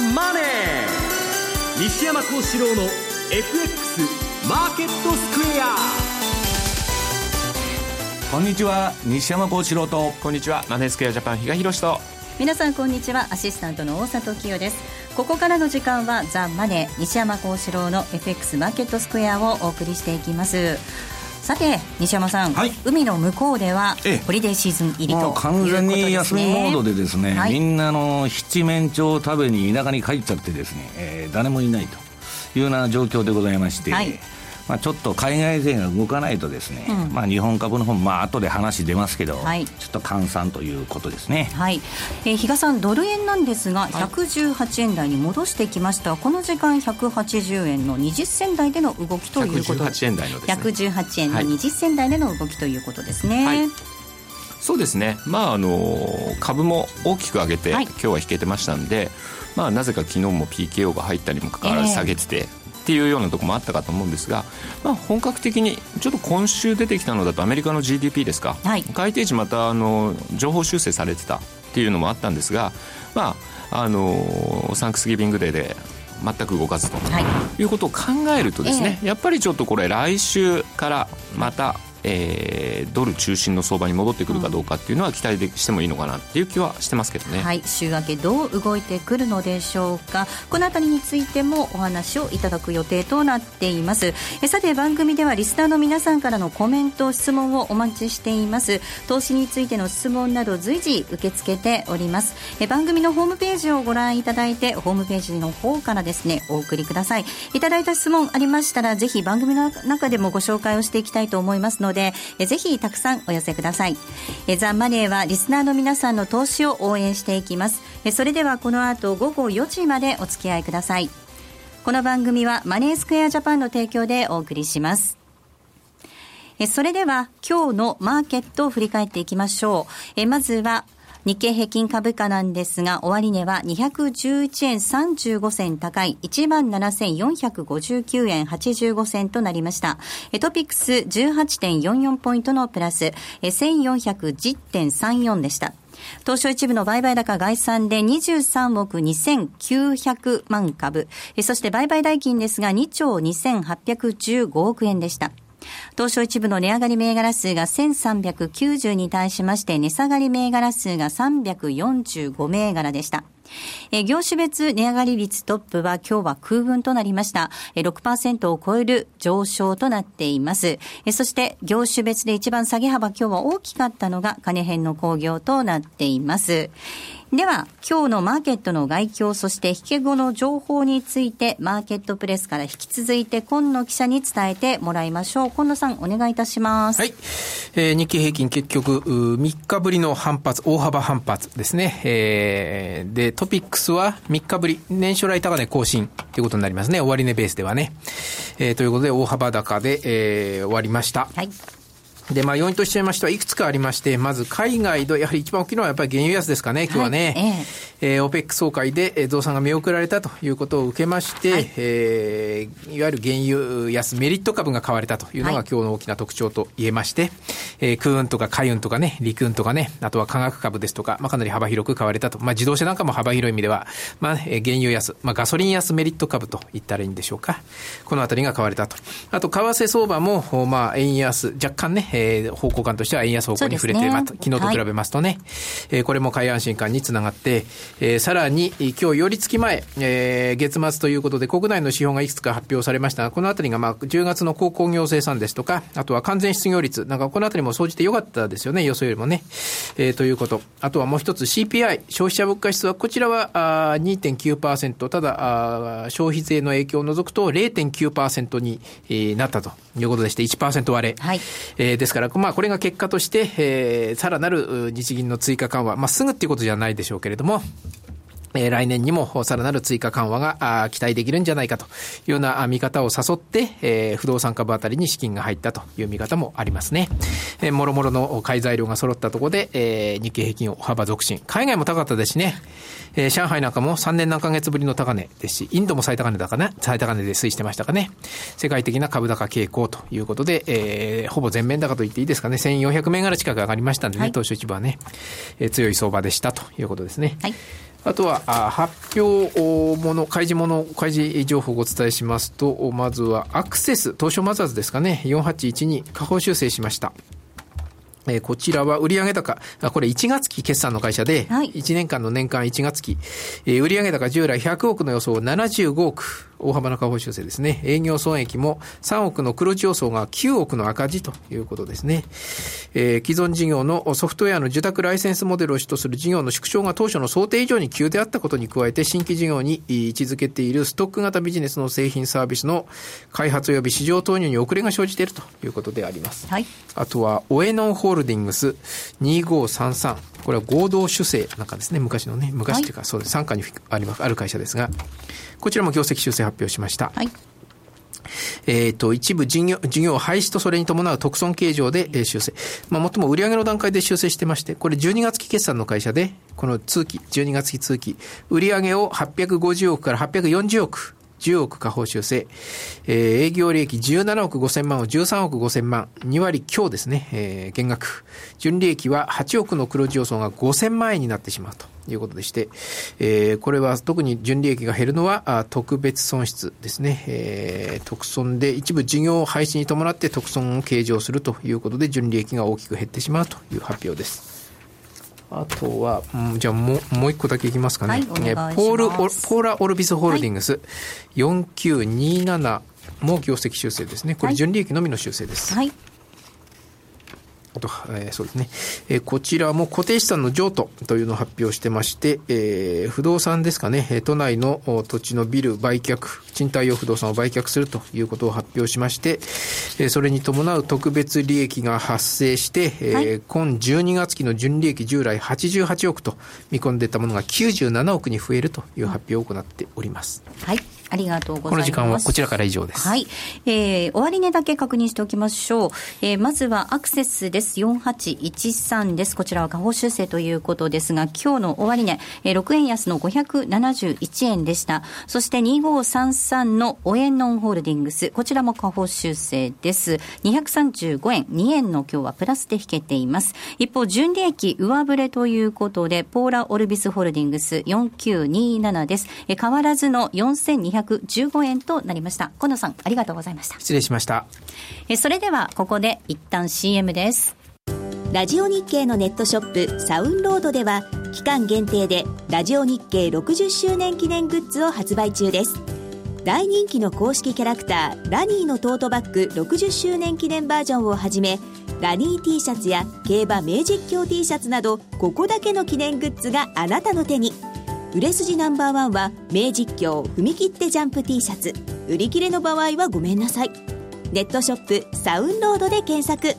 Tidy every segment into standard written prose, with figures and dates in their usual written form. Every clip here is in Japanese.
マネー。西山幸四郎の FX マーケットスクエア。 こんにちは、西山幸四郎と。 こんにちは、マネースクエアジャパン比嘉宏と。 皆さんこんにちは、アシスタントの大里清です。ここからの時間はザ・マネー西山幸四郎の FX マーケットスクエアをお送りしていきます。さて西山さん、はい、海の向こうではホリデーシーズン入りということですね。 もう完全に休みモードでですね、はい、みんな七面鳥を食べに田舎に帰っちゃってですね、誰もいないというような状況でございまして、はい、ちょっと海外勢が動かないとですね、日本株の方も後で話出ますけど、はい、ちょっと換算ということですね。 はい、比嘉さん、ドル円なんですが118円台に戻してきました。この時間180円の20銭台での動きということ 118円台のですね、 118円の20銭台での動きということですね。はい、 そうですね、株も大きく上げて、今日は引けてましたんで、なぜか昨日も PKO が入ったにもかかわらず下げてて、っていうようなところもあったかと思うんですが、本格的にちょっと今週出てきたのだとアメリカの GDP ですか、はい、改定値また情報修正されてたっていうのもあったんですが、サンクスギビングデーで全く動かずと、いうことを考えるとですね、やっぱりちょっとこれ来週からまたドル中心の相場に戻ってくるかどうかっていうのは期待してもいいのかなっていう気はしてますけどね。 はい、週明けどう動いてくるのでしょうか。このあたりについてもお話をいただく予定となっています。さて番組ではリスナーの皆さんからのコメント質問をお待ちしています。投資についての質問など随時受け付けております。番組のホームページをご覧いただいて、ホームページの方からですねお送りください。いただいた質問ありましたらぜひ番組の中でもご紹介をしていきたいと思いますので、ぜひたくさんお寄せください。ザ・マネーはリスナーの皆さんの投資を応援していきます。それではこの後午後4時までお付き合いください。この番組はマネースクエアジャパンの提供でお送りします。それでは今日のマーケットを振り返っていきましょう。まずは日経平均株価なんですが、終値は211円35銭高い 17,459 円85銭となりました。トピックス 18.44 ポイントのプラス 1410.34 でした。東証一部の売買高概算で23億2900万株、そして売買代金ですが2兆2815億円でした。東証一部の値上がり銘柄数が1390に対しまして、値下がり銘柄数が345銘柄でした。業種別値上がり率トップは今日は空運となりました。6% を超える上昇となっています。そして業種別で一番下げ幅今日は大きかったのが金編の工業となっています。では今日のマーケットの概況、そして引け後の情報についてマーケットプレスから引き続いて今野記者に伝えてもらいましょう。今野さんお願いいたします。 はい、日経平均結局3日ぶりの反発、大幅反発ですね。でトピックスは3日ぶり年初来高値更新ということになりますね。終値ベースではね、ということで大幅高で、終わりました。はい。で、要因としましてはいくつかありまして、まず海外でやはり一番大きいのはやっぱり原油安ですかね、今日はね。OPEC 総会で増産が見送られたということを受けまして、いわゆる原油安メリット株が買われたというのが今日の大きな特徴と言えまして、空運とか海運とかね、陸運とかね、あとは化学株ですとか、かなり幅広く買われたと。自動車なんかも幅広い意味では、原油安、ガソリン安メリット株と言ったらいいんでしょうか。このあたりが買われたと。あと、為替相場も、円安、若干ね、方向感としては円安方向に触れて、昨日と比べますとね、これも買い安心感につながって、さらに今日寄り付き前、月末ということで国内の指標がいくつか発表されましたが、このあたりが10月の鉱工業生産ですとか、あとは完全失業率なんかこのあたりも総じて良かったですよね、予想よりもね、ということ。あとはもう一つ CPI 消費者物価指数はこちらは 2.9%、 ただ消費税の影響を除くと 0.9% になったということでして 1% 割れ、はい、ですからこれが結果として、さらなる日銀の追加緩和、すぐっていうことじゃないでしょうけれども、来年にもさらなる追加緩和が期待できるんじゃないかというような見方を誘って、不動産株あたりに資金が入ったという見方もありますね。もろもろの買い材料が揃ったところで、日経平均を幅続伸。海外も高かったですしね。上海なんかも3年何ヶ月ぶりの高値ですし、インドも最高値だかな、最高値で推移してましたかね。世界的な株高傾向ということで、ほぼ全面高と言っていいですかね。1400銘柄近く上がりましたんでね、はい、東証一部はね、強い相場でしたということですね。はい。 あとは発表もの開示情報をお伝えしますと、まずはアクセス東証マザーズですかね、4812下方修正しました。こちらは売上高、これ1月期決算の会社で、1年間の年間1月期、売上高従来100億の予想を75億、大幅な下方修正ですね。営業損益も3億の黒字予想が9億の赤字ということですね。既存事業のソフトウェアの受託ライセンスモデルを主とする事業の縮小が当初の想定以上に急であったことに加えて、新規事業に位置づけているストック型ビジネスの製品サービスの開発及び市場投入に遅れが生じているということであります。あとはオエノンホールディングス2533、これは合同主製なんかですね、昔というか、そうです、傘下にある会社ですが、こちらも業績修正発表しました。一部事業廃止とそれに伴う特損計上で修正。最も売上の段階で修正してまして、これ12月期決算の会社で、この12月期通期、売上を850億から840億。10億下方修正、営業利益17億5000万を13億5000万、2割強ですね、減額。純利益は8億の黒字予想が5000万円になってしまうということでして、これは特に純利益が減るのは特別損失ですね、特損で一部事業廃止に伴って特損を計上するということで、純利益が大きく減ってしまうという発表です。あとは、じゃあもう一個だけいきますかね。ポーラオルビスホールディングス、4927も業績修正ですね。これ純利益のみの修正です。あと、そうですね。こちらも固定資産の譲渡というのを発表してまして、不動産ですかね、都内の土地のビル売却、賃貸用不動産を売却するということを発表しまして、それに伴う特別利益が発生して、今12月期の純利益従来88億と見込んでいたものが97億に増えるという発表を行っております。 ありがとうございます。 この時間はこちらから以上です。 終値だけ確認しておきましょう。まずはアクセスです。4813です。こちらは下方修正ということですが、今日の終値、6円安の571円でした。そして2533のオエノンホールディングス、こちらも下方修正です。235円、2円の今日はプラスで引けています。一方、純利益上振れということで、ポーラオルビスホールディングス4927です。変わらずの4215円となりました。近野さん、ありがとうございました。 失礼しました。 それではここで一旦 CM です。 ラジオ日経のネットショップサウンロードでは、期間限定でラジオ日経60周年記念グッズを発売中です。大人気の公式キャラクターラニーのトートバッグ60周年記念バージョンをはじめ、ラニー T シャツや競馬名実況 T シャツなど、ここだけの記念グッズがあなたの手に。売れ筋ナンバーワンは名実況踏み切ってジャンプ T シャツ。売り切れの場合はごめんなさい。ネットショップサウンロードで検索。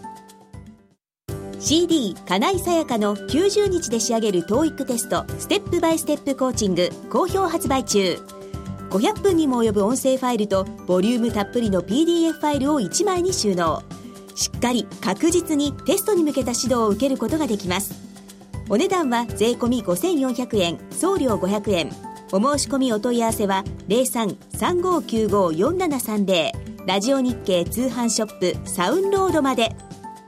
CD 金井さやかの90日で仕上げる TOEIC テストステップバイステップコーチング好評発売中。500分にも及ぶ音声ファイルとボリュームたっぷりの PDF ファイルを1枚に収納。しっかり確実にテストに向けた指導を受けることができます。お値段は税込み5400円、送料500円。お申し込みお問い合わせは 03-3595-4730 ラジオ日経通販ショップサウンロードまで。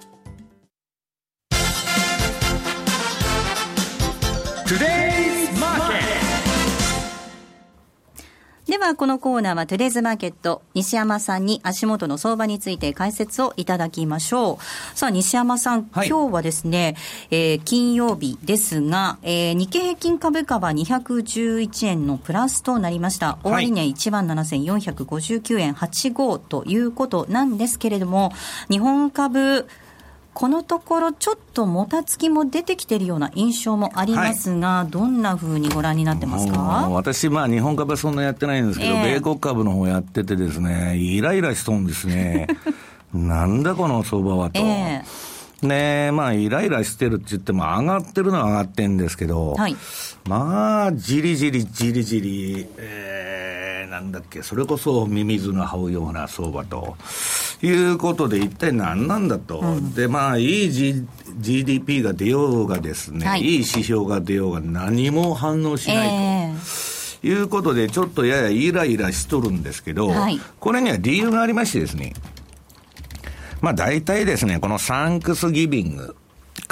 ではこのコーナーはトゥデイズマーケット、西山さんに足元の相場について解説をいただきましょう。さあ西山さん、今日はですね、金曜日ですが、日経平均株価は211円のプラスとなりました。終値17,459円85ということなんですけれども、日本株このところちょっともたつきも出てきているような印象もありますが、どんなふうにご覧になってますか？ 私、日本株はそんなやってないんですけど、米国株の方やっててですね、イライラしそうんですね。なんだこの相場はと。ねイライラしてるって言っても上がってるのは上がってるんですけど、じりじり、なんだっけ、それこそミミズの這うような相場ということで、一体何なんだと。で、いい、GDP が出ようがですね、いい指標が出ようが何も反応しないと。いうことで、ちょっとややイライラしとるんですけど、これには理由がありましてですね、大体ですね、このサンクスギビング、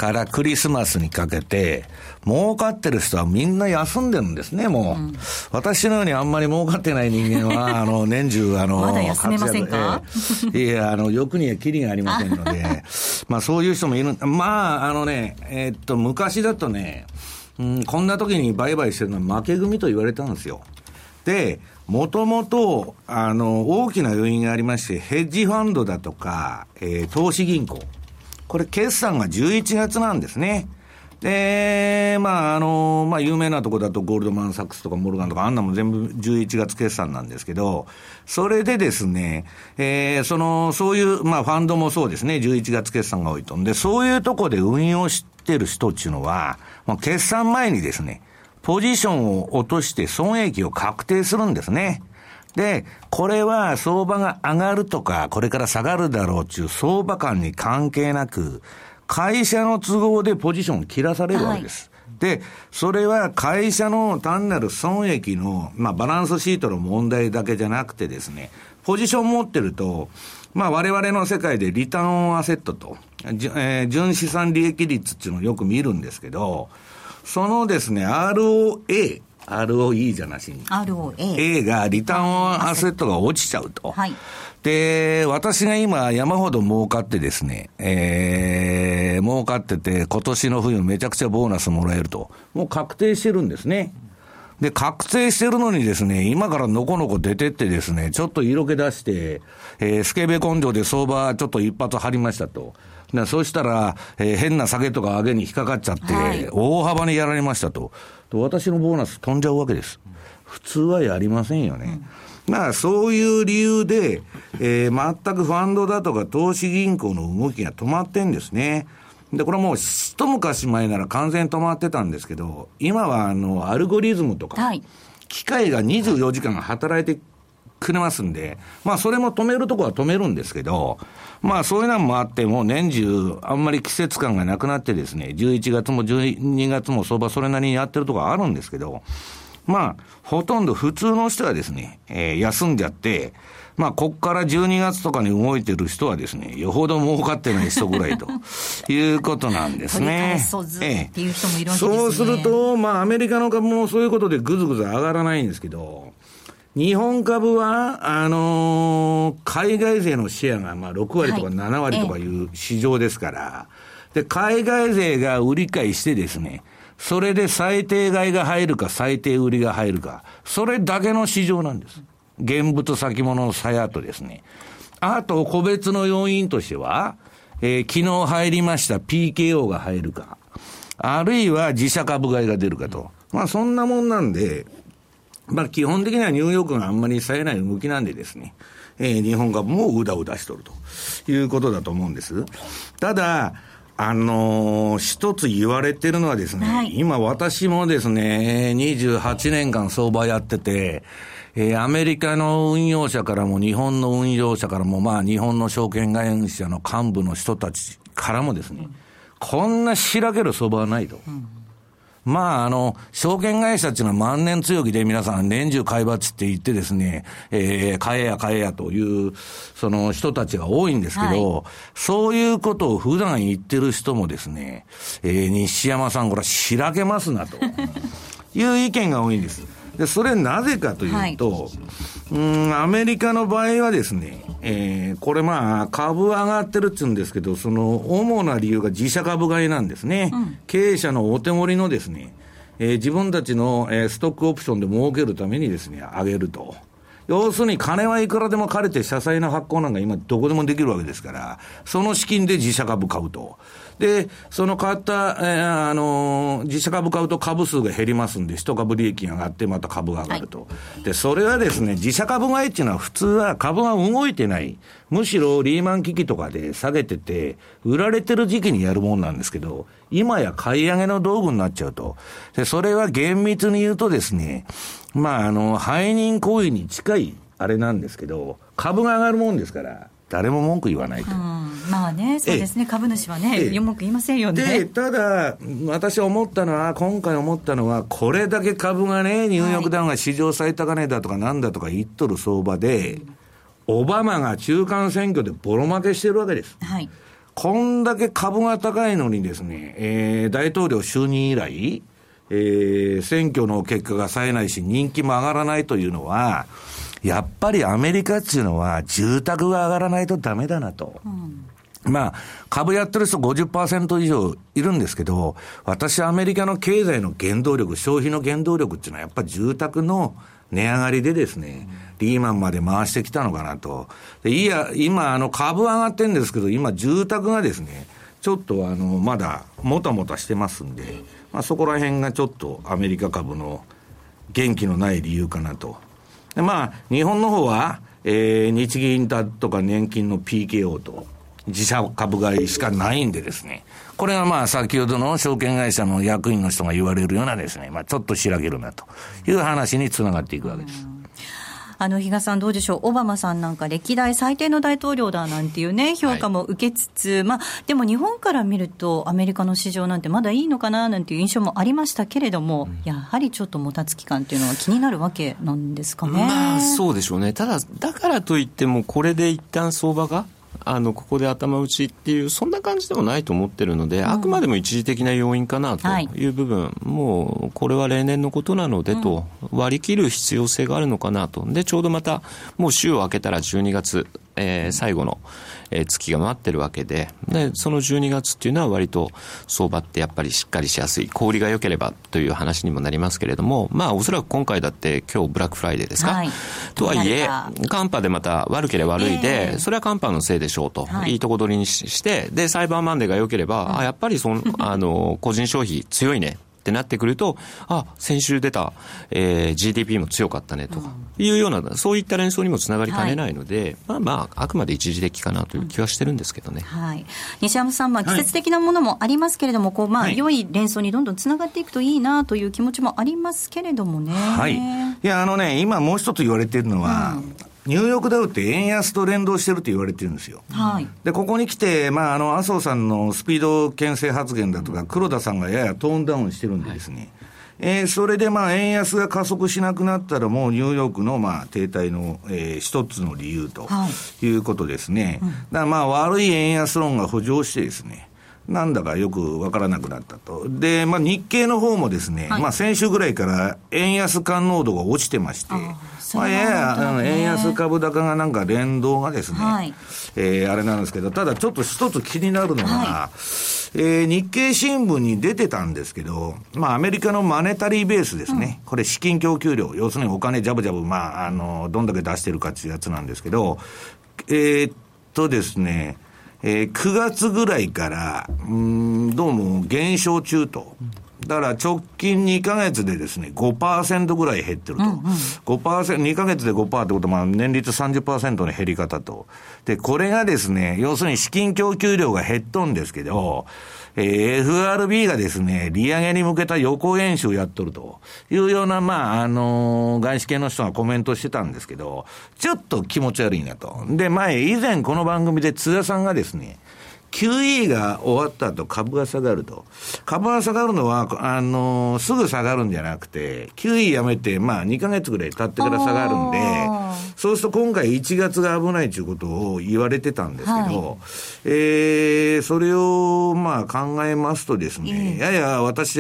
からクリスマスにかけて、儲かってる人はみんな休んでるんですね、もう。私のようにあんまり儲かってない人間は、年中、 まだ休めませんか？ いや、欲にはキリがありませんので、まあそういう人もいる。まあ、昔だとね、こんな時に売買してるのは負け組と言われたんですよ。で、もともと、大きな要因がありまして、ヘッジファンドだとか、投資銀行。これ、決算が11月なんですね。で、まあ、有名なとこだとゴールドマンサックスとかモルガンとかあんなも全部11月決算なんですけど、それでですね、そういう、まあ、ファンドもそうですね、11月決算が多いと。で、そういうとこで運用してる人っていうのは、決算前にですね、ポジションを落として損益を確定するんですね。で、これは相場が上がるとか、これから下がるだろうっていう相場感に関係なく、会社の都合でポジションを切らされるわけです。はい、で、それは会社の単なる損益の、まあ、バランスシートの問題だけじゃなくてですね、ポジション持ってると、まあ、我々の世界でリターンオンアセットと、純資産利益率っていうのをよく見るんですけど、そのですね、ROE じゃなしに。A がリターンオンアセットが落ちちゃうと。はい。で、私が今山ほど儲かってですね、儲かってて今年の冬めちゃくちゃボーナスもらえると。もう確定してるんですね。で、確定してるのにですね、今からのこのこ出てってですね、ちょっと色気出して、スケベ根性で相場ちょっと一発張りましたと。そうしたら、変な下げとか上げに引っかかっちゃって、はい、大幅にやられましたと。私のボーナス飛んじゃうわけです。普通はやりませんよね。まあそういう理由で、全くファンドだとか投資銀行の動きが止まってんですね。で、これはもう一昔前なら完全に止まってたんですけど、今はアルゴリズムとか、はい、機械が24時間働いてくれますんで、まあそれも止めるとこは止めるんですけど、まあそういうのもあってもう年中あんまり季節感がなくなってですね、11月も12月も相場それなりにやってるとこはあるんですけど、まあほとんど普通の人はですね、休んじゃって、まあこっから12月とかに動いてる人はですね、よほど儲かってない人ぐらいということなんですね。 っていう人もいるわけですね。 そうすると、まあアメリカの株もそういうことでぐずぐず上がらないんですけど、日本株は、海外勢のシェアがまあ6割とか7割とかいう市場ですから、で、海外勢が売り買いしてですね、それで最低買いが入るか最低売りが入るか、それだけの市場なんです。現物先物の差やとですね。あと、個別の要因としては、昨日入りました PKO が入るか、あるいは自社株買いが出るかと。まあそんなもんなんで、まあ基本的にはニューヨークがあんまり冴えない動きなんでですね、日本株もうだうだしとるということだと思うんです。ただ、一つ言われてるのはですね、はい、今私もですね、28年間相場やってて、アメリカの運用者からも日本の運用者からも、まあ日本の証券会社の幹部の人たちからもですね、こんなしらける相場はないと。まあ証券会社っていうのは万年強気で皆さん年中買い場って言ってですね、買えやという、その人たちが多いんですけど、はい、そういうことを普段言ってる人もですね、西山さんこれはしらけますなという意見が多いんです。で、それなぜかというと、はい、アメリカの場合はですね、これまあ株上がってるって言うんですけど、その主な理由が自社株買いなんですね。うん、経営者のお手盛りのですね、自分たちの、ストックオプションで儲けるためにですね、上げると。要するに金はいくらでも借りて社債の発行なんか今どこでもできるわけですから、その資金で自社株買うと。で、その買った、自社株買うと株数が減りますんで、一株利益が上がってまた株が上がると。はい、で、それはですね、自社株買いっていうのは普通は株が動いてない。むしろリーマン危機とかで下げてて、売られてる時期にやるもんなんですけど、今や買い上げの道具になっちゃうと。で、それは厳密に言うとですね、まあ、背任行為に近いあれなんですけど、株が上がるもんですから、誰も文句言わないと。 まあね、そうですね、株主はね、文句言いませんよね。 で、ただ、私思ったのは、今回思ったのは、これだけ株がね、ニューヨークダウンが史上最高値だとかなんだとか言っとる相場で、オバマが中間選挙でボロ負けしてるわけです。はい。 こんだけ株が高いのにですね、大統領就任以来、選挙の結果が冴えないし人気も上がらないというのは、やっぱりアメリカっていうのは住宅が上がらないとダメだなと。まあ、株やってる人 50% 以上いるんですけど、私はアメリカの経済の原動力、消費の原動力っていうのはやっぱり住宅の値上がりでですね、リーマンまで回してきたのかなと。で、今株上がってるんですけど、今住宅がですね、ちょっとまだもたもたしてますんで、まあそこら辺がちょっとアメリカ株の元気のない理由かなと。で、まあ日本の方は、日銀だとか年金の PKO と自社株買いしかないんでですね、これはまあ先ほどの証券会社の役員の人が言われるようなですね、まあちょっとしらけるなという話につながっていくわけです。 比嘉さんどうでしょう、オバマさんなんか歴代最低の大統領だなんていうね評価も受けつつ、まあでも日本から見るとアメリカの市場なんてまだいいのかななんていう印象もありましたけれども、やはりちょっともたつき感っていうのは気になるわけなんですかね。 まあそうでしょうね。ただだからといってもこれで一旦相場がここで頭打ちっていうそんな感じでもないと思ってるので、あくまでも一時的な要因かなという部分、もうこれは例年のことなのでと割り切る必要性があるのかなと。でちょうどまたもう週を明けたら12月、最後の月が待ってるわけで、その12月っていうのは割と相場ってやっぱりしっかりしやすい、小売りが良ければという話にもなりますけれども、まあおそらく今回だって今日ブラックフライデーですか、とはいえ寒波でまた悪ければ悪いで、それは寒波のせいでしょうと、いいとこ取りにして、でサイバーマンデーが良ければ、やっぱり個人消費強いねってなってくると、先週出た、GDP も強かったねというような、そういった連想にもつながりかねないので、まああくまで一時的かなという気はしてるんですけどね。 西山さん、季節的なものもありますけれども、良い連想にどんどんつながっていくといいなという気持ちもありますけれどもね。 いや今もう一つ言われているのは、ニューヨークダウって円安と連動してると言われてるんですよ。で、ここに来て、麻生さんのスピード牽制発言だとか、黒田さんがややトーンダウンしてるんでですね、それで円安が加速しなくなったらもうニューヨークの停滞の、一つの理由ということですね。だから悪い円安論が浮上してですね、なんだかよくわからなくなったと。で、日経の方もですね、先週ぐらいから円安感濃度が落ちてまして、円安株高がなんか連動がですね、あれなんですけど、ただちょっと一つ気になるのが、日経新聞に出てたんですけど、アメリカのマネタリーベースですね、これ資金供給量、要するにお金ジャブジャブ、どんだけ出してるかっていうやつなんですけど、ですね、9月ぐらいからどうも減少中と。だから直近2ヶ月でですね 5% ぐらい減ってると、2ヶ月で 5% ってことは年率 30% の減り方と。でこれがですね、要するに資金供給量が減っとんですけど、FRB がですね利上げに向けた予行演習をやっとるというような外資系の人がコメントしてたんですけど、ちょっと気持ち悪いなと。で以前この番組で津田さんがですね、QE が終わった後株が下がると。株が下がるのは、すぐ下がるんじゃなくて、QE やめて、2ヶ月ぐらい経ってから下がるんで、そうすると今回1月が危ないということを言われてたんですけど、それを考えますとですね、やや私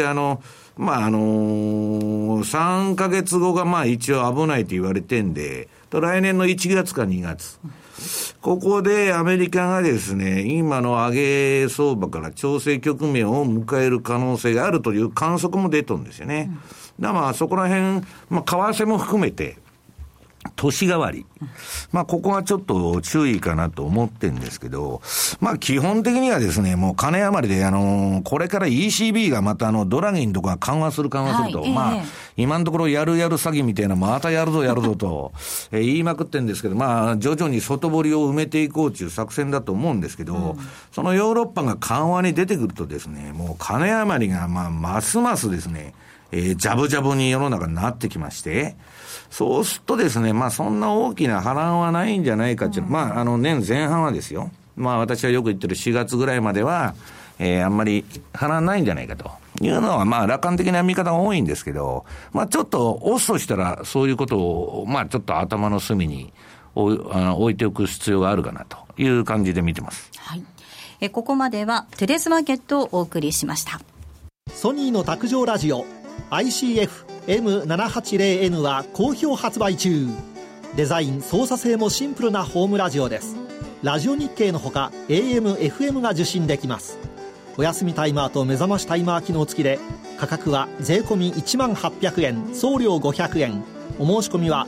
3ヶ月後が一応危ないと言われてんで、来年の1月か2月。ここでアメリカがですね、今の上げ相場から調整局面を迎える可能性があるという観測も出とるんですよね。だからそこら辺、為替も含めて、年替わり。ここはちょっと注意かなと思ってるんですけど、基本的にはですね、もう金余りで、これから ECB がまたドラギンとか緩和すると、今のところやる詐欺みたいな、またやるぞと、言いまくってるんですけど、徐々に外堀を埋めていこうという作戦だと思うんですけど、そのヨーロッパが緩和に出てくるとですね、もう金余りがますますですね、ジャブジャブに世の中になってきまして、そうするとですね、そんな大きな波乱はないんじゃないかっていう、年前半はですよ。私はよく言ってる4月ぐらいまでは、あんまり波乱ないんじゃないかというのは、楽観的な見方が多いんですけど、ちょっと押すとしたら、そういうことを、ちょっと頭の隅に置いておく必要があるかなという感じで見てます。 ここまではトゥデイズマーケットをお送りしました。 ソニーの卓上ラジオ ICF-M780N は好評発売中。デザイン操作性もシンプルなホームラジオです。ラジオ日経のほか AM、FM が受信できます。お休みタイマーと目覚ましタイマー機能付きで、価格は税込み1800円、送料500円。お申し込みは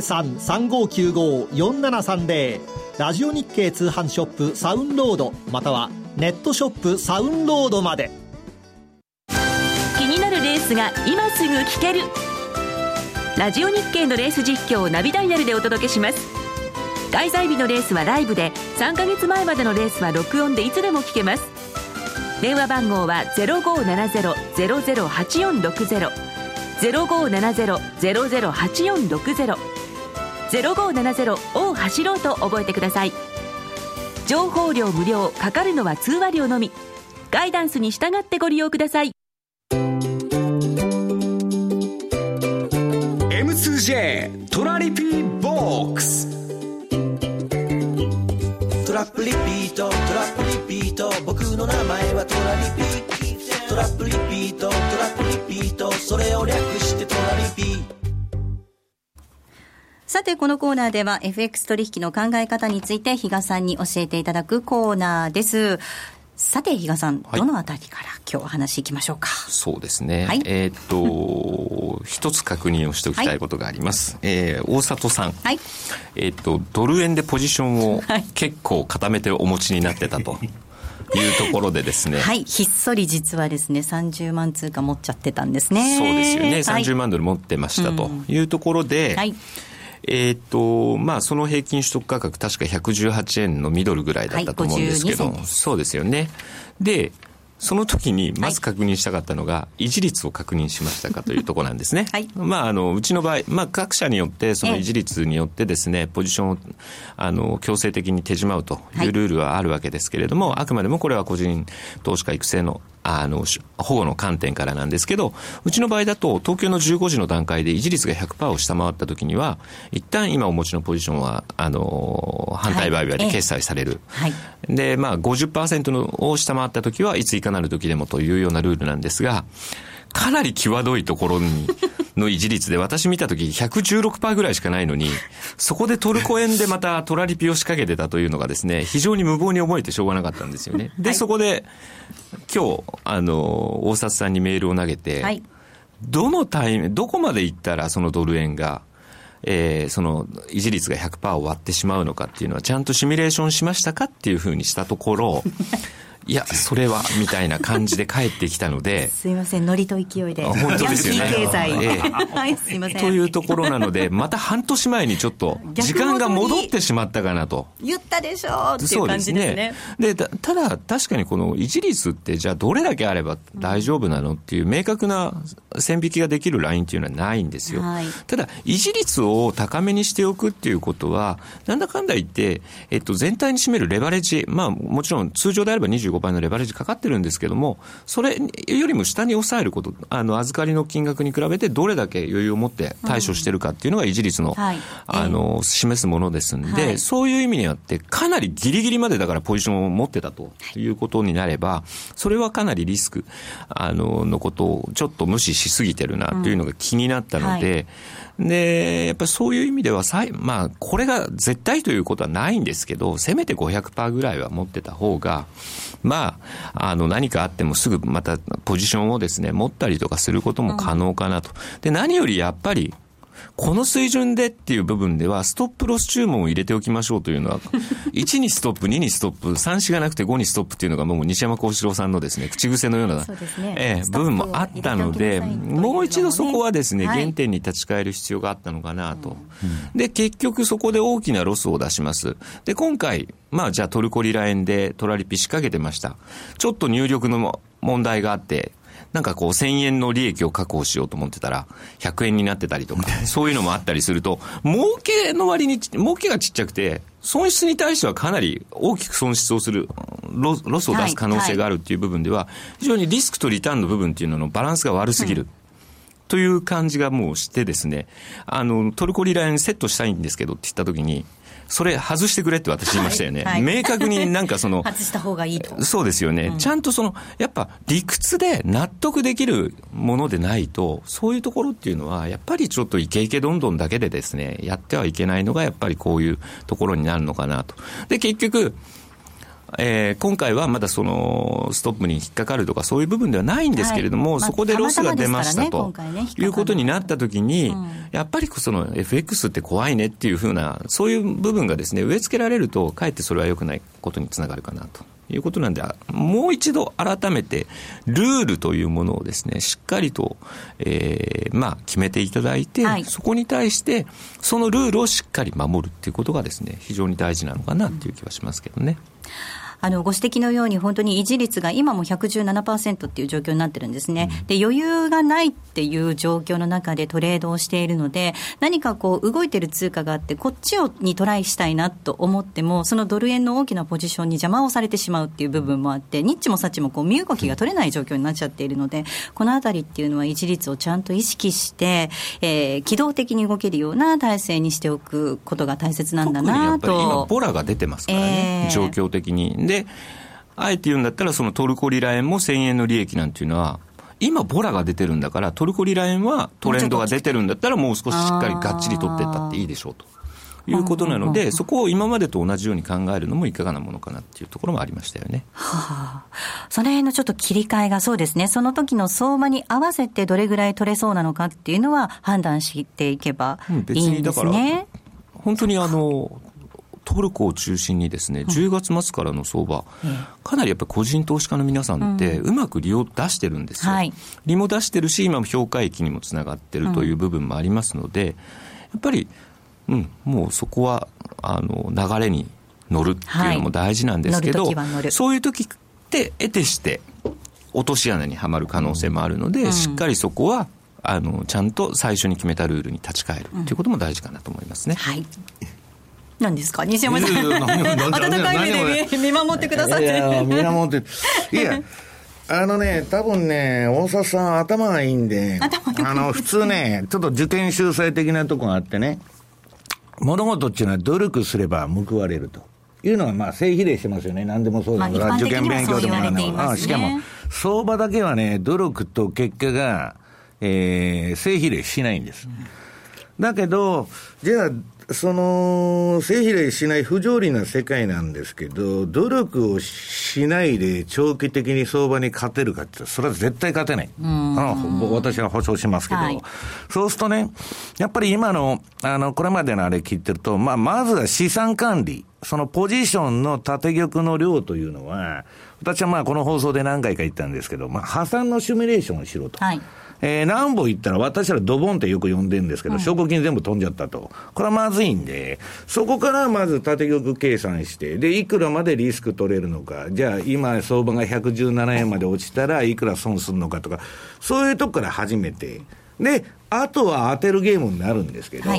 03-3595-4730 ラジオ日経通販ショップサウンロード、またはネットショップサウンロードまで。 気になるレースが今すぐ聞ける。ラジオ日経のレース実況をナビダイヤルでお届けします。開催日のレースはライブで、3ヶ月前までのレースは録音でいつでも聞けます。電話番号は 0570-008460 0570-008460 0570を走ろうと覚えてください。情報料無料、かかるのは通話料のみ。ガイダンスに従ってご利用ください。 M2J トラリピーボックス。 トラップリピート、トラップリピート、僕の名前はトラリピ。トラップリピート、トラップリピート、それを略してトラリピ。 さて、このコーナーでは FX 取引の考え方について比嘉さんに教えていただくコーナーです。さて、比嘉さん、どのあたりから今日お話いきましょうか。 そうですね、 はい、 一つ確認をしておきたいことがあります、大里さん、 はい、 ドル円でポジションを結構固めてお持ちになってたというところでですねはい、ひっそり実はですね30万通貨持っちゃってたんですね。 そうですよね、 はい、 30万ドル持ってましたというところで、 はい、 まあ、その平均取得価格確か118円のミドルぐらいだったと思うんですけど、はい、そうですよね。で、その時にまず確認したかったのが、はい、維持率を確認しましたかというところなんですね。はい、まあ、うちの場合、まあ、各社によってその維持率によってですね、ポジションを強制的に手締まうというルールはあるわけですけれども、はい、あくまでもこれは個人投資家育成の保護の観点からなんですけど、うちの場合だと東京の15時の段階で維持率が 100% を下回った時には一旦今お持ちのポジションは反対売買で決済される、はい、で、まあ、50% を下回った時はいついかなる時でもというようなルールなんですが、かなり際どいところにの維持率で、私見たとき 116% ぐらいしかないのに、そこでトルコ円でまたトラリピを仕掛けてたというのがですね、非常に無謀に思えてしょうがなかったんですよね。で、はい、そこで今日大里さんにメールを投げて、はい、どこまでいったらそのドル円がその維持率が 100% を割ってしまうのかっていうのはちゃんとシミュレーションしましたかっていうふうにしたところいや、それはみたいな感じで帰ってきたのですいません、ノリと勢いで本当ですよね、 経済、はい、すいませんというところなので、また半年前にちょっと時間が戻ってしまったかなと言ったでしょっていう感じですね。 で、ただ確かにこの維持率ってじゃあどれだけあれば大丈夫なのっていう明確な線引きができるラインっていうのはないんですよ、はい、ただ維持率を高めにしておくっていうことはなんだかんだ言って、全体に占めるレバレッジ、まあもちろん通常であれば25倍のレバレッジかかってるんですけども、それよりも下に抑えること、預かりの金額に比べてどれだけ余裕を持って対処してるかっていうのが維持率の、はい、示すものですんで、はい、そういう意味にあってかなりギリギリまでだからポジションを持ってたということになれば、それはかなりリスクのことをちょっと無視しすぎてるなというのが気になったので、はい、でやっぱりそういう意味ではまあ、これが絶対ということはないんですけど、せめて 500% ぐらいは持ってた方が、まあ、何かあってもすぐまたポジションをですね持ったりとかすることも可能かなと。で、何よりやっぱりこの水準でっていう部分ではストップロス注文を入れておきましょうというのは1にストップ、2にストップ、3、4がなくて5にストップっていうのがもう西山幸四郎さんのですね口癖のような部分もあったので、もう一度そこはですね原点に立ち返る必要があったのかなと。で、結局そこで大きなロスを出します。で、今回まあじゃあトルコリラ円でトラリピ仕掛けてました。ちょっと入力の問題があってなんかこう1000円の利益を確保しようと思ってたら100円になってたりとかそういうのもあったりすると、儲けの割に儲けがちっちゃくて損失に対してはかなり大きく損失をするロスを出す可能性があるっていう部分では非常にリスクとリターンの部分っていうののバランスが悪すぎる、という感じがもうしてですね、トルコリラ円セットしたいんですけどって言った時にそれ外してくれって私言いましたよね、はいはい、明確になんか外した方がいいと。 そうですよね、ちゃんとやっぱ理屈で納得できるものでないと、そういうところっていうのはやっぱりちょっとイケイケどんどんだけでですねやってはいけないのがやっぱりこういうところになるのかなと。で結局今回はまだストップに引っかかるとかそういう部分ではないんですけれども、はい、そこでロスが出ましたということになったときに、やっぱりFX って怖いねっていうふうなそういう部分がですね植え付けられるとかえってそれは良くないことにつながるかなということなんで、もう一度改めてルールというものをですねしっかりと、決めていただいて、はい、そこに対してそのルールをしっかり守るっていうことがですね非常に大事なのかなっていう気はしますけどね。 ご指摘のように本当に維持率が今も 117% っていう状況になってるんですね、で余裕がないっていう状況の中でトレードをしているので、何か動いてる通貨があってこっちにトライしたいなと思ってもそのドル円の大きなポジションに邪魔をされてしまうっていう部分もあって、ニッチもサッチも身動きが取れない状況になっちゃっているので、このあたりっていうのは維持率をちゃんと意識して、機動的に動けるような体制にしておくことが大切なんだなと。 特にやっぱり今ボラが出てますからね、状況的に。であえて言うんだったらトルコリラ円も1000円の利益なんていうのは今ボラが出てるんだから、トルコリラ円はトレンドが出てるんだったらもう少ししっかりがっちり取っていったっていいでしょうということなので、そこを今までと同じように考えるのもいかがなものかなっていうところもありましたよね。 その辺のちょっと切り替えがそうですね、その時の相場に合わせてどれぐらい取れそうなのかっていうのは判断していけばいいんですね。別にだから本当にトルコを中心にですね、10月末からの相場、かなりやっぱり個人投資家の皆さんってうまく利を出してるんですよ、はい、利も出してるし今も評価益にもつながってるという部分もありますので、やっぱり、もうそこは流れに乗るっていうのも大事なんですけど、そういう時って得てして落とし穴にはまる可能性もあるので、しっかりそこはちゃんと最初に決めたルールに立ち返るということも大事かなと思いますね。 はい何ですか西山さん温かい目で見守ってくださって。 見守っていや多分ね大沢さん頭がいいんで普通ねちょっと受験秀才的なとこがあってね、物事っていうのは努力すれば報われるというのが正比例してますよね。何でもそうだから、受験勉強でもなんでも、しかも相場だけはね努力と結果が、正比例しないんです、だけどじゃあ正比例しない不条理な世界なんですけど、努力をしないで長期的に相場に勝てるかって、それは絶対勝てない。私は保証しますけど、はい、そうするとね、やっぱり今の、これまでのあれ聞いてると、まずは資産管理、そのポジションの縦玉の量というのは、私はこの放送で何回か言ったんですけど、破産のシミュレーションをしろと。はい、何本行ったら私らドボンってよく呼んでるんですけど、証拠金全部飛んじゃったと。これはまずいんで、そこからまず縦玉計算して、で、いくらまでリスク取れるのか、じゃあ今相場が117円まで落ちたらいくら損するのかとか、そういうとこから始めて、で、あとは当てるゲームになるんですけど、はい、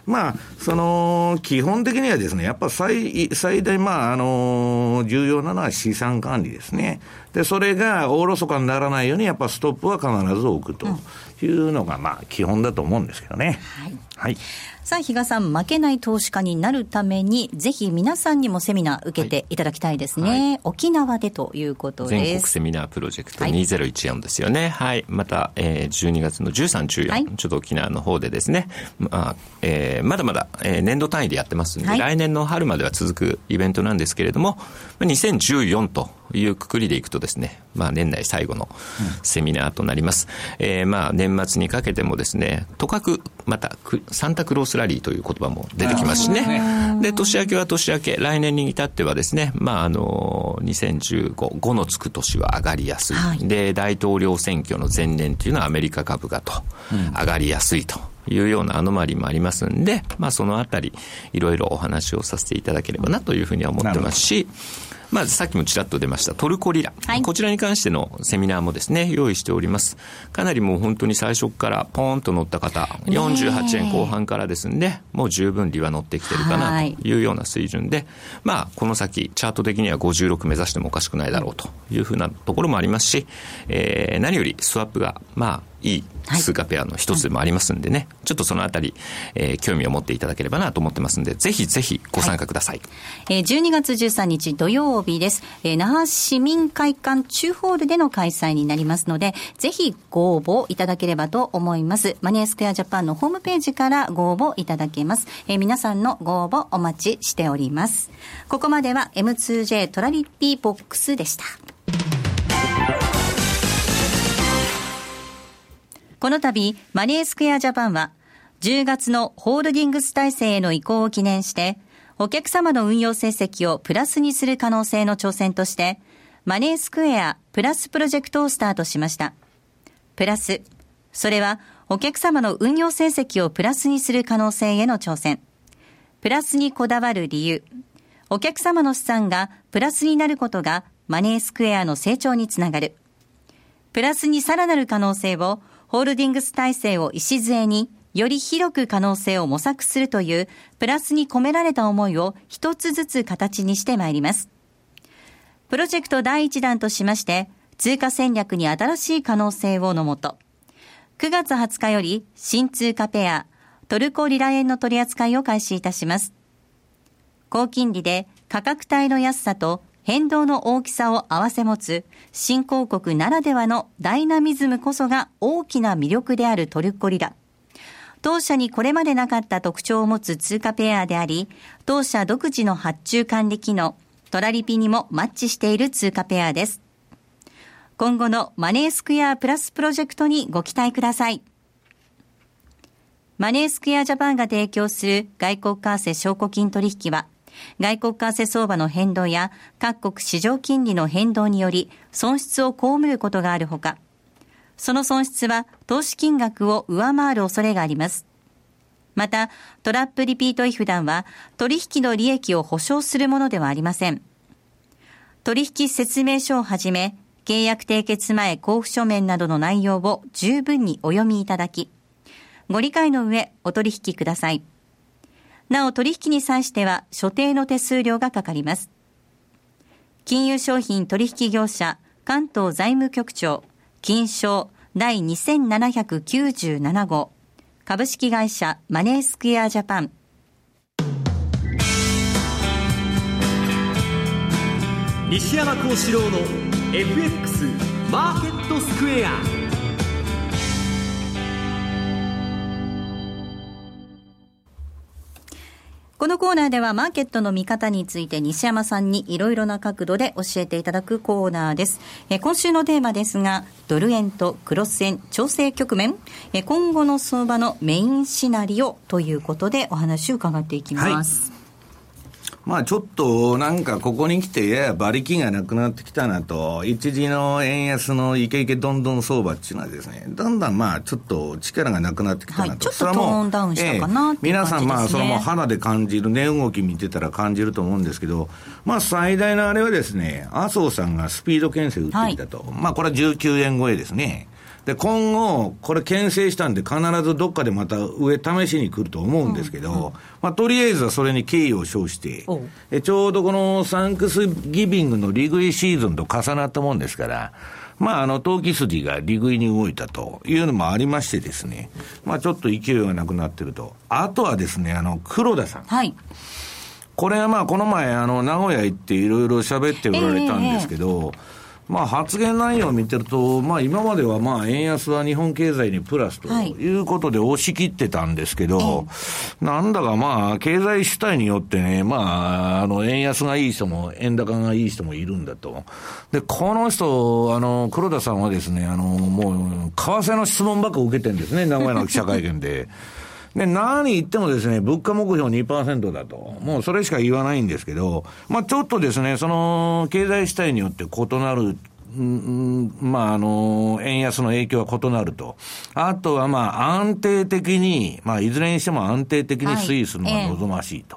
基本的にはですね、やっぱ最大、重要なのは資産管理ですね。で、それがおろそかにならないように、やっぱストップは必ず置くというのが、基本だと思うんですけどね。はい。はい。 さあ、比嘉さん、負けない投資家になるために、ぜひ皆さんにもセミナー受けていただきたいですね。はい、沖縄でということです。 全国セミナープロジェクト2014ですよね。はい。また、12月の13、14、はい、ちょっと沖縄の方でですね、まだまだ、年度単位でやってますんで、はい、来年の春までは続くイベントなんですけれども、2014というくくりでいくとですね、年内最後のセミナーとなります。年末にかけてもですね、とかくまたサンタクロースラリーという言葉も出てきますしね。で、年明けは年明け、来年に至ってはですね、2015、5のつく年は上がりやすい。はい、で、大統領選挙の前年というのはアメリカ株が上がりやすいというようなアノマリもありますんで、そのあたりいろいろお話をさせていただければなというふうには思ってますし、さっきもちらっと出ましたトルコリラ、はい、こちらに関してのセミナーもですね用意しております。かなりもう本当に最初からポーンと乗った方、48円後半からですんで、もう十分利は乗ってきてるかなというような水準で、この先チャート的には56目指してもおかしくないだろうというふうなところもありますし、何よりスワップがいい通貨ペアの一つでもありますんでね、ちょっとそのあたり、興味を持っていただければなと思ってますんで、ぜひぜひご参加ください。 12月13日土曜日です。那覇市民会館中ホールでの開催になりますので、ぜひご応募いただければと思います。マネースクエアジャパンのホームページからご応募いただけます。皆さんのご応募お待ちしております。ここまでは M2J トラリピーボックスでした。この度、マネースクエアジャパンは、10月のホールディングス体制への移行を記念して、お客様の運用成績をプラスにする可能性の挑戦として、マネースクエアプラスプロジェクトをスタートしました。プラス、それは、お客様の運用成績をプラスにする可能性への挑戦。プラスにこだわる理由。お客様の資産がプラスになることが、マネースクエアの成長につながる。プラスにさらなる可能性を、ホールディングス体制を礎により広く可能性を模索するというプラスに込められた思いを一つずつ形にしてまいります。プロジェクト第1弾としまして通貨戦略に新しい可能性をのもと、9月20日より新通貨ペアトルコリラ円の取り扱いを開始いたします。高金利で価格帯の安さと変動の大きさを併せ持つ新興国ならではのダイナミズムこそが大きな魅力であるトルコリラ。当社にこれまでなかった特徴を持つ通貨ペアであり、当社独自の発注管理機能、トラリピにもマッチしている通貨ペアです。今後のマネースクエアプラスプロジェクトにご期待ください。マネースクエアジャパンが提供する外国為替証拠金取引は、外国為替相場の変動や各国市場金利の変動により損失を被ることがあるほか、その損失は投資金額を上回る恐れがあります。また、トラップリピート違反弾は取引の利益を保証するものではありません。取引説明書をはじめ、契約締結前交付書面などの内容を十分にお読みいただき、ご理解の上お取引ください。なお取引に際しては所定の手数料がかかります。金融商品取引業者関東財務局長金商第2797号株式会社マネースクエアジャパン。 西山幸四郎の FX マーケットスクエア。 このコーナーではマーケットの見方について西山さんにいろいろな角度で教えていただくコーナーです。今週のテーマですが、ドル円とクロス円調整局面、今後の相場のメインシナリオということでお話を伺っていきます。 まあちょっとなんかここに来てやや馬力がなくなってきたなと、一時の円安のイケイケどんどん相場っていうのはですね、だんだんまあちょっと力がなくなってきたなと。 ちょっとトーンダウンしたかなっていう感じですね。皆さんまあそれも肌で感じる、値動き見てたら感じると思うんですけど、まあ最大のあれはですね、麻生さんがスピード牽制打ってきたと。まあこれは19円超えですね。で今後これ牽制したんで必ずどっかでまた上試しに来ると思うんですけど、まあ、とりあえずはそれに敬意を表してちょうどこのサンクスギビングの利食いシーズンと重なったもんですから、まあ投機筋が利食いに動いたというのもありましてですね、まあちょっと勢いがなくなってると。あとはですね、黒田さん、 はい、 これはまあこの前名古屋行っていろいろ喋っておられたんですけど、まあ発言内容を見てると、まあ今まではまあ円安は日本経済にプラスということで押し切ってたんですけど、なんだかまあ経済主体によってね、まあ円安がいい人も円高がいい人もいるんだと。で、この人、黒田さんはですね、もう為替の質問ばっか受けてるんですね、名古屋の記者会見で。で、何言ってもですね、物価目標 2% だと。もうそれしか言わないんですけど、まあちょっとですね、その、経済主体によって異なる、まあ円安の影響は異なると。あとはまあ安定的に、まあいずれにしても安定的に推移するのが望ましいと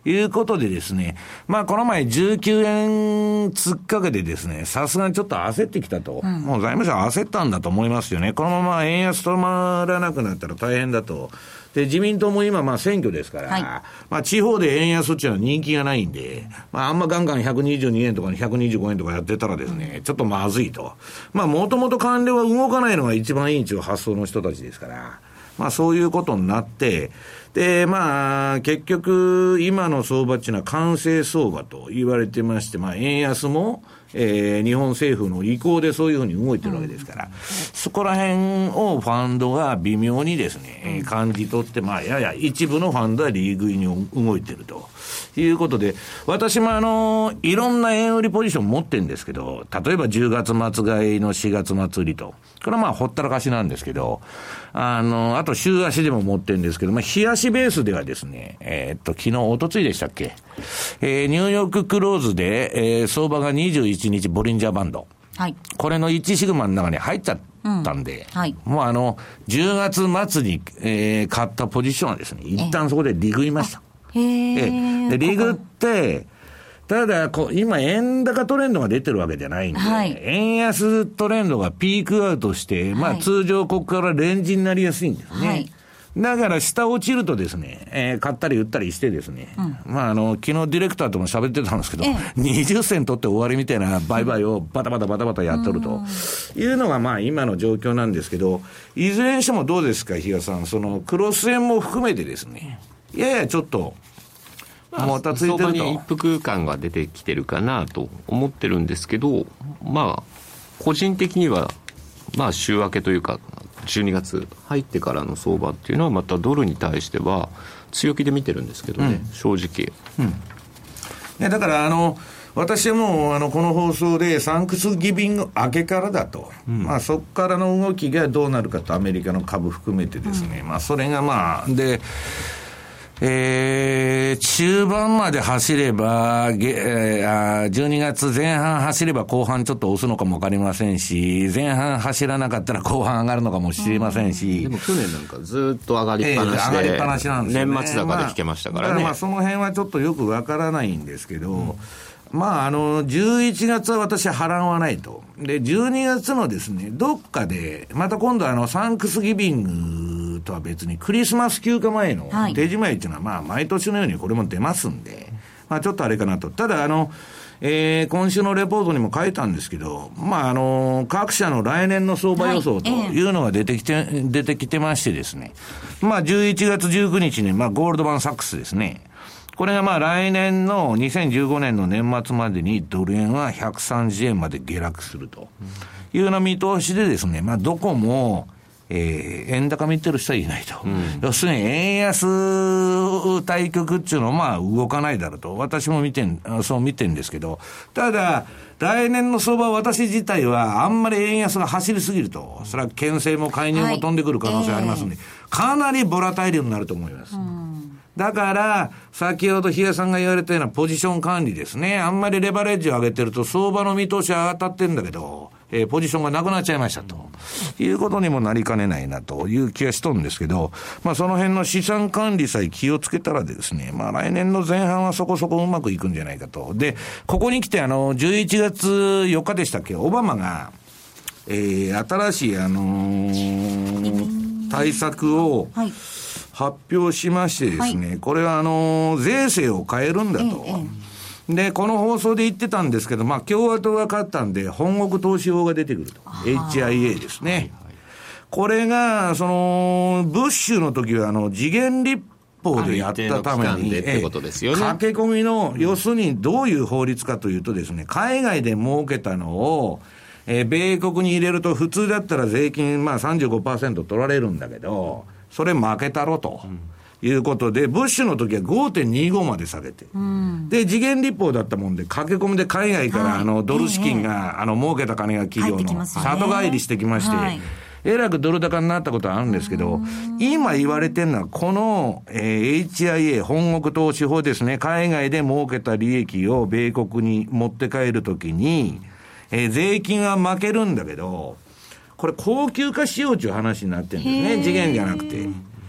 いうことでですね、まあこの前19円突っかけてですね、さすがにちょっと焦ってきたと、もう財務省は焦ったんだと思いますよね。このまま円安止まらなくなったら大変だと。で、自民党も今まあ選挙ですから、まあ地方で円安っていうのは人気がないんで、まああんまガンガン122円とか125円とかやってたらですね、ちょっとまずいと。まあもともと官僚は動かないのが一番いいんちゅう発想の人たちですから、まあそういうことになって、で、まあ結局今の相場っていうのは完成相場と言われてまして、まあ円安も、日本政府の意向でそういうふうに動いてるわけですから、そこら辺をファンドが微妙にですね、感じ取って、まあやや一部のファンドは利食いに動いてるということで、私もいろんな円売りポジション持ってるんですけど、例えば10月末買いの4月末売りと、これはまあほったらかしなんですけど、あと週足でも持ってるんですけど、まあ日足ベースではですね、昨日、おとついでしたっけ、ニューヨーククローズで、相場が21日ボリンジャーバンド。はい。これの1シグマの中に入っちゃったんで、はい。もう10月末に、買ったポジションはですね、一旦そこで利食いました。で、利食って、ただ今円高トレンドが出てるわけじゃないんで、はい、円安トレンドがピークアウトして、まあ通常ここからレンジになりやすいんですね。はい、だから下落ちるとですね、買ったり売ったりしてですね、まあ昨日ディレクターとも喋ってたんですけど、20銭取って終わりみたいな売買をバタバタやっとるというのがまあ今の状況なんですけど、いずれにしてもどうですか、比嘉さん、そのクロス円も含めてですね、ややちょっともたついてると、 相場に一服感が出てきてるかなと思ってるんですけど、まあ個人的にはまあ週明けというか12月入ってからの相場っていうのはまたドルに対しては強気で見てるんですけどね、正直、 だから私はもうこの放送でサンクスギビング明けからだと、まあそこからの動きがどうなるかと、アメリカの株含めてですね、まあそれがまあで中盤まで走れば、12月前半走れば後半ちょっと押すのかもわかりませんし、前半走らなかったら後半上がるのかもしれませんし。 でも去年なんかずっと上がりっぱなしで、 上がりっぱなしなんですよね。 年末高で引けましたからね。 だからまあその辺はちょっとよくわからないんですけど、まあ11月は私は波乱はないと。で、12月のですね、どっかで、また今度サンクスギビングとは別にクリスマス休暇前の手仕舞いっていうのはまあ毎年のようにこれも出ますんで、まあちょっとあれかなと。ただ今週のレポートにも書いたんですけど、まあ各社の来年の相場予想というのが出てきてましてですね、まあ11月19日にまあゴールドマンサックスですね、これがまあ来年の2015年の年末までにドル円は130円まで下落するというような見通しでですね、まあどこも円高見てる人はいないと、要するに円安対局っていうのはまあ動かないだろうと私もそう見てるんですけど、ただ来年の相場私自体はあんまり円安が走りすぎると、それは牽制も介入も飛んでくる可能性ありますので、かなりボラタイルになると思います。だから、先ほど比嘉さんが言われたようなポジション管理ですね。あんまりレバレッジを上げてると相場の見通しは当たってるんだけど、ポジションがなくなっちゃいましたということにもなりかねないなという気がしとるんですけど、まあその辺の資産管理さえ気をつけたらですね、まあ来年の前半はそこそこうまくいくんじゃないかと。で、ここに来て11月4日でしたっけ、オバマが、新しい対策を、発表しましてですね、これは税制を変えるんだと。で、この放送で言ってたんですけど、まあ共和党が勝ったんで、本国投資法が出てくると。HIA ですね。これが、ブッシュの時は時限立法でやったために、 駆け込みの、要するにどういう法律かというとですね、海外で儲けたのを、米国に入れると普通だったら税金、まあ 35% 取られるんだけど、それ負けたろということで、ブッシュの時は 5.25 まで下げて、で時限立法だったもんで駆け込みで海外からドル資金が、儲けた金が企業の里帰りしてきまして、えらくドル高になったことはあるんですけど、今言われてるのはこの、HIA 本国投資法ですね、海外で儲けた利益を米国に持って帰るときに、税金は負けるんだけど、これ高級化しようという話になってるんですね、次元じゃなくて。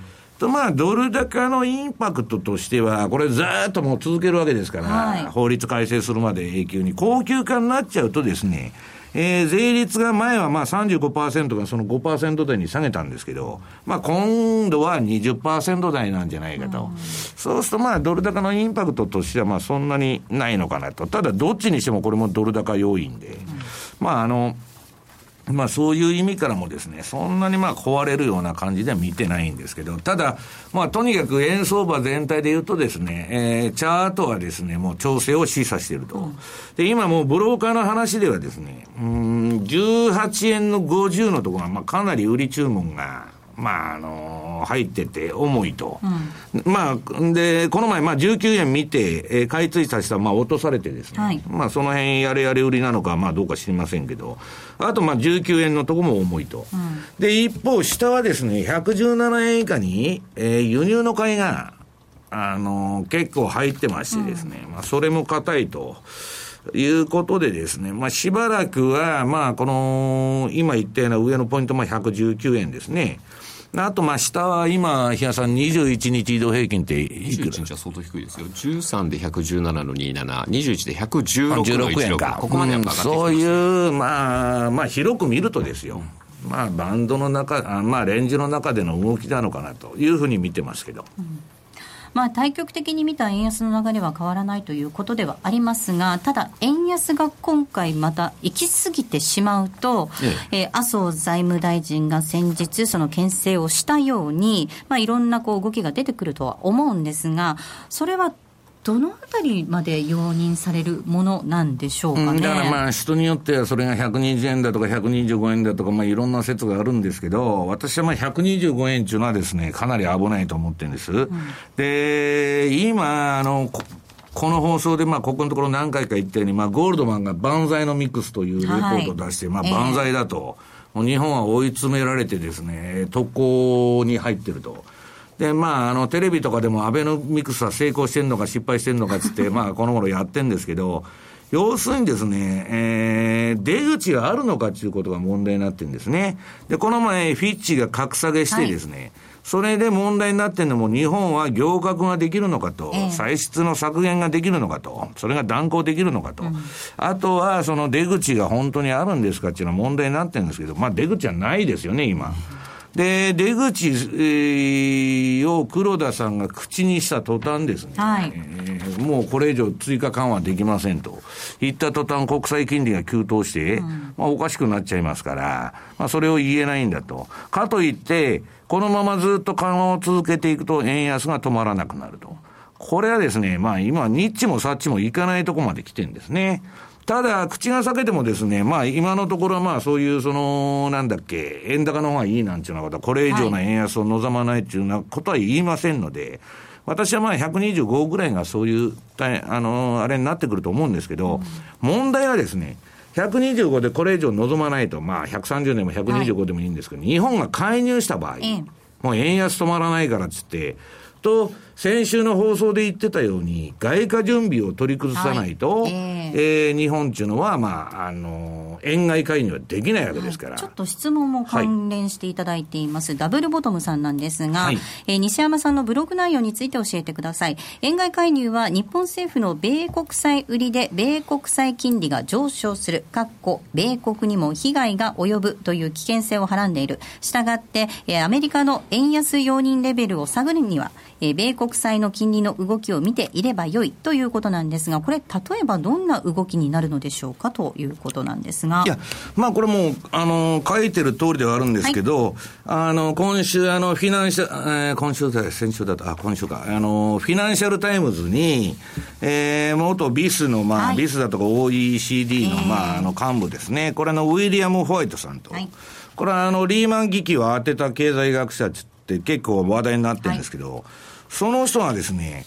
まあドル高のインパクトとしてはこれずっともう続けるわけですから、はい、法律改正するまで永久に高級化になっちゃうとですね、税率が前はまあ 35% がその 5% 台に下げたんですけど、まあ今度は 20% 台なんじゃないかと、そうするとまあドル高のインパクトとしてはまあそんなにないのかなと。ただどっちにしてもこれもドル高要因で、まあまあそういう意味からもですね、そんなにまあ壊れるような感じでは見てないんですけど、ただまあとにかく円相場全体で言うとですね、チャートはですね、もう調整を示唆していると。で、今もうブローカーの話ではですね、18円の50のところがまあかなり売り注文がまあ入ってて重いと、まあでこの前まあ19円見て、買い付いた人はまあ落とされてですね、はい、まあその辺やれやれ売りなのかまあどうか知りませんけど、あとまあ19円のとこも重いと、で一方下はですね117円以下に、輸入の買いが結構入ってましてですね、まあそれも硬いということでですね、まあしばらくはまあこの今言ったような上のポイントも119円ですね。あとまあ下は今日野さん21日移動平均っていくら 21日は相当低いですよ。13で117の27、21で116の16円か。ここまでやっぱ上がってきてます、 そういうまあ広く見るとですよ、まあバンドの中まあレンジの中での動きなのかなというふうに見てますけど、 まあ、対極的に見た円安の流れは変わらないということではありますが、ただ円安が今回また行き過ぎてしまうと、麻生財務大臣が先日その牽制をしたように、まあ、いろんなこう動きが出てくるとは思うんですが、それはどのあたりまで容認されるものなんでしょうかね。 だからまあ人によってはそれが120円だとか125円だとかまあいろんな説があるんですけど、私はまあ125円っていうのはですねかなり危ないと思ってるんです、で今この放送でまあここのところ何回か言ったように、まあゴールドマンが万歳のミックスというレポートを出して、まあ万歳だと、もう日本は追い詰められてですね特攻に入ってると。でまあテレビとかでもアベノミクスは成功してんのか失敗してんのかっつってまあこの頃やってんですけど、要するにですね、出口があるのかっていうことが問題になってるんですね。でこの前フィッチが格下げしてですね、はい、それで問題になってるのも日本は行革ができるのかと、歳出の削減ができるのかと、それが断行できるのかと、あとはその出口が本当にあるんですかっていうのは問題になってるんですけど、まあ出口はないですよね今。で出口、を黒田さんが口にした途端ですね、はい、もうこれ以上追加緩和できませんと言った途端国債金利が急騰して、まあ、おかしくなっちゃいますから、まあ、それを言えないんだと。かといってこのままずっと緩和を続けていくと円安が止まらなくなると。これはですね、まあ今ニッチもサッチもいかないとこまで来てるんですね。ただ口が裂けてもですね、まあ今のところはまあそういうなんだっけ、円高の方がいいなんていうようなことは、これ以上の円安を望まないっていうようなことは言いませんので、私はまあ125ぐらいがそういうあれになってくると思うんですけど、問題はですね、125でこれ以上望まないと、まあ130年も125でもいいんですけど、日本が介入した場合、もう円安止まらないからっつってと、先週の放送で言ってたように外貨準備を取り崩さないと、日本っていうのは、まあ、円買い介入はできないわけですから、 ちょっと質問も関連していただいています、ダブルボトムさんなんですが、西山さんのブログ内容について教えてください。円買い介入は日本政府の米国債売りで米国債金利が上昇する米国にも被害が及ぶという危険性をはらんでいる。したがってアメリカの円安容認レベルを探るには米国債の金利の動きを見ていればよいということなんですが、これ例えばどんな動きになるのでしょうかということなんですが、 いや、まあこれも書いてる通りではあるんですけど、今週フィナンシャ今週だ先週だと今週かフィナンシャルタイムズに、元ビスのビスだとか OECD の幹部ですね、これウィリアム・ホワイトさんと、これはリーマン危機を当てた経済学者って結構話題になってるんですけど、その人がですね、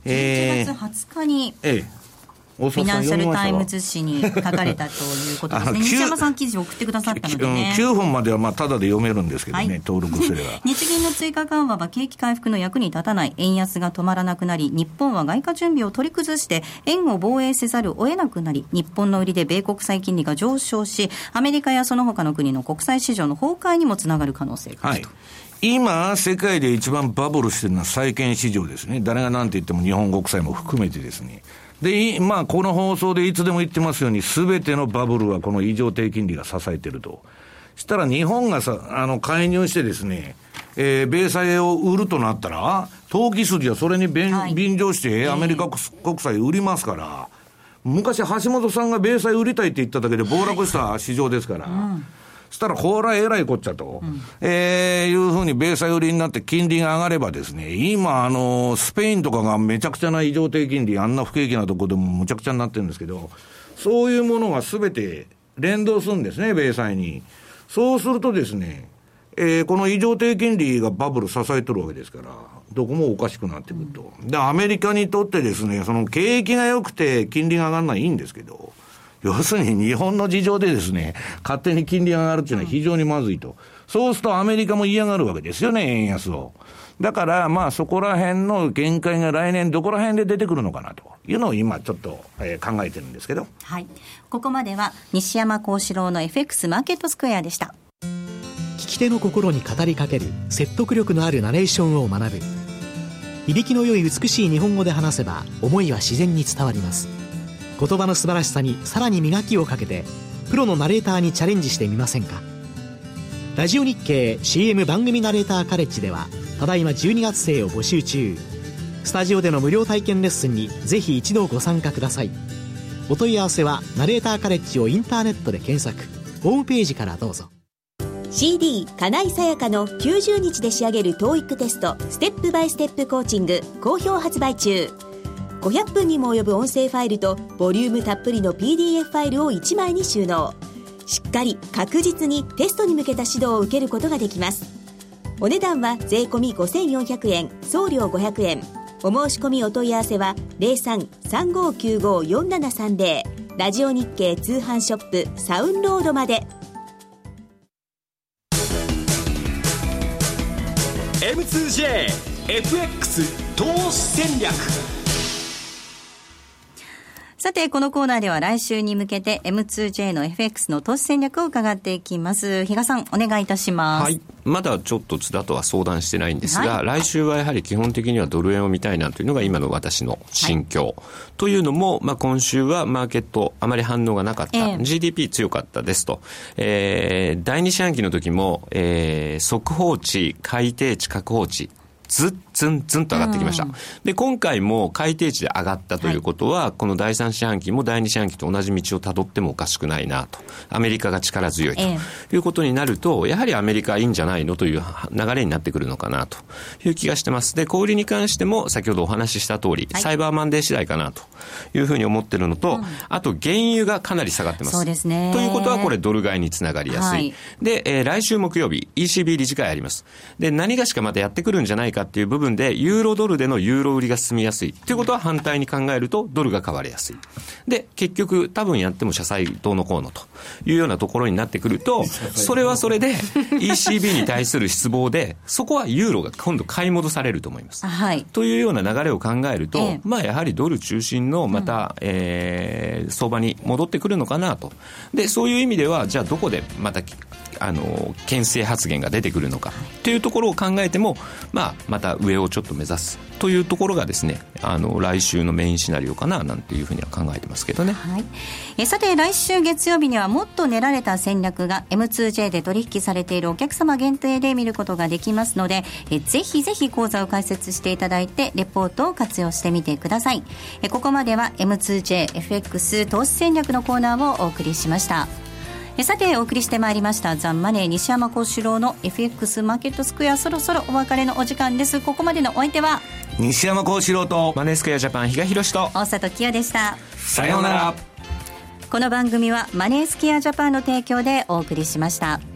11月20日に、フィナンシャルタイムズ紙に書かれたということですね。西山さん記事を送ってくださったのでね。 9本まではまあタダで読めるんですけどね、登録すれば。 日銀の追加緩和は景気回復の役に立たない。円安が止まらなくなり、日本は外貨準備を取り崩して円を防衛せざるを得なくなり、日本の売りで米国債金利が上昇し、アメリカやその他の国の国債市場の崩壊にもつながる可能性があると。 今世界で一番バブルしてるのは債券市場ですね。誰が何て言っても日本国債も含めてですね。で、まあこの放送でいつでも言ってますように、全てのバブルはこの異常低金利が支えてると。したら日本が介入してですね、米債を売るとなったら、投機筋はそれに便乗してアメリカ国債売りますから、昔橋本さんが米債売りたいって言っただけで暴落した市場ですから、そしたらこれはえらいこっちゃと、いうふうに米債売りになって金利が上がればですね、今スペインとかがめちゃくちゃな異常低金利、あんな不景気なとこでもむちゃくちゃになってるんですけど、そういうものが全て連動するんですね、米債に。そうするとですね、この異常低金利がバブル支えてるわけですから、どこもおかしくなってくると。で、アメリカにとってですね、その景気が良くて金利が上がるのはいいんですけど、要するに日本の事情でですね、勝手に金利が上がるっていうのは非常にまずいと。そうするとアメリカも嫌がるわけですよね、円安を。だから、まあそこら辺の限界が来年どこら辺で出てくるのかなというのを今ちょっと、考えてるんですけど。 はい。ここまでは西山幸四郎の FX マーケットスクエアでした。 聞き手の心に語りかける説得力のあるナレーションを学ぶ。響きの良い美しい日本語で話せば思いは自然に伝わります。言葉の素晴らしさにさらに磨きをかけてプロのナレーターにチャレンジしてみませんか。ラジオ日経 CM 番組ナレーターカレッジではただいま12月生を募集中。スタジオでの無料体験レッスンにぜひ一度ご参加ください。お問い合わせはナレーターカレッジをインターネットで検索、ホームページからどうぞ。 CD 金井さやかの90日で仕上げる TOEIC テストステップバイステップコーチング好評発売中。500分にも及ぶ音声ファイルとボリュームたっぷりの PDF ファイルを1枚に収納。しっかり確実にテストに向けた指導を受けることができます。お値段は税込み5400円、送料500円。お申し込みお問い合わせは 03-3595-4730 ラジオ日経通販ショップサウンロードまで。 M2J FX 投資戦略。 さて、このコーナーでは来週に向けて M2J の FX の投資戦略を伺っていきます。比嘉さん、お願いいたします。 はい。まだちょっと津田とは相談してないんですが、来週はやはり基本的にはドル円を見たいなというのが今の私の心境。というのも、今週はマーケットあまり反応がなかった。GDP 強かったですと。第2四半期の時も、速報値、改定値、確報値。ズンと上がってきました。で、今回も改定値で上がったということは、この第3四半期も第2四半期と同じ道をたどってもおかしくないなと。アメリカが力強いということになると、やはりアメリカいいんじゃないのという流れになってくるのかなという気がしてます。で、小売りに関しても先ほどお話しした通り、サイバーマンデー次第かなというふうに思ってるのと、あと原油がかなり下がってます。 そうですね。 ということはこれドル買いにつながりやすい。で、来週木曜日 ECB 理事会あります。で、何がしかまたやってくるんじゃないかっていう部分でユーロドルでのユーロ売りが進みやすいということは反対に考えるとドルが買われやすい。で、結局多分やっても社債どうのこうのというようなところになってくると、それはそれで ECB に対する失望で、そこはユーロが今度買い戻されると思います。というような流れを考えると、やはりドル中心のまた、相場に戻ってくるのかなと。で、そういう意味では、じゃあどこでまた牽制発言が出てくるのかというところを考えても、また上をちょっと目指すというところがですね、来週のメインシナリオかななんていうふうには考えてますけどね。 さて、来週月曜日にはもっと練られた戦略が M2J で取引されているお客様限定で見ることができますので、ぜひぜひ講座を開設していただいてレポートを活用してみてください。ここまでは M2J FX 投資戦略のコーナーをお送りしました。さて、お送りしてまいりましたザンマネー西山幸四郎の FX マーケットスクエア、そろそろお別れのお時間です。ここまでのお相手は西山幸四郎とマネースクエアジャパン比嘉宏と大里清でした。 さようなら。 この番組はマネースクエアジャパンの提供でお送りしました。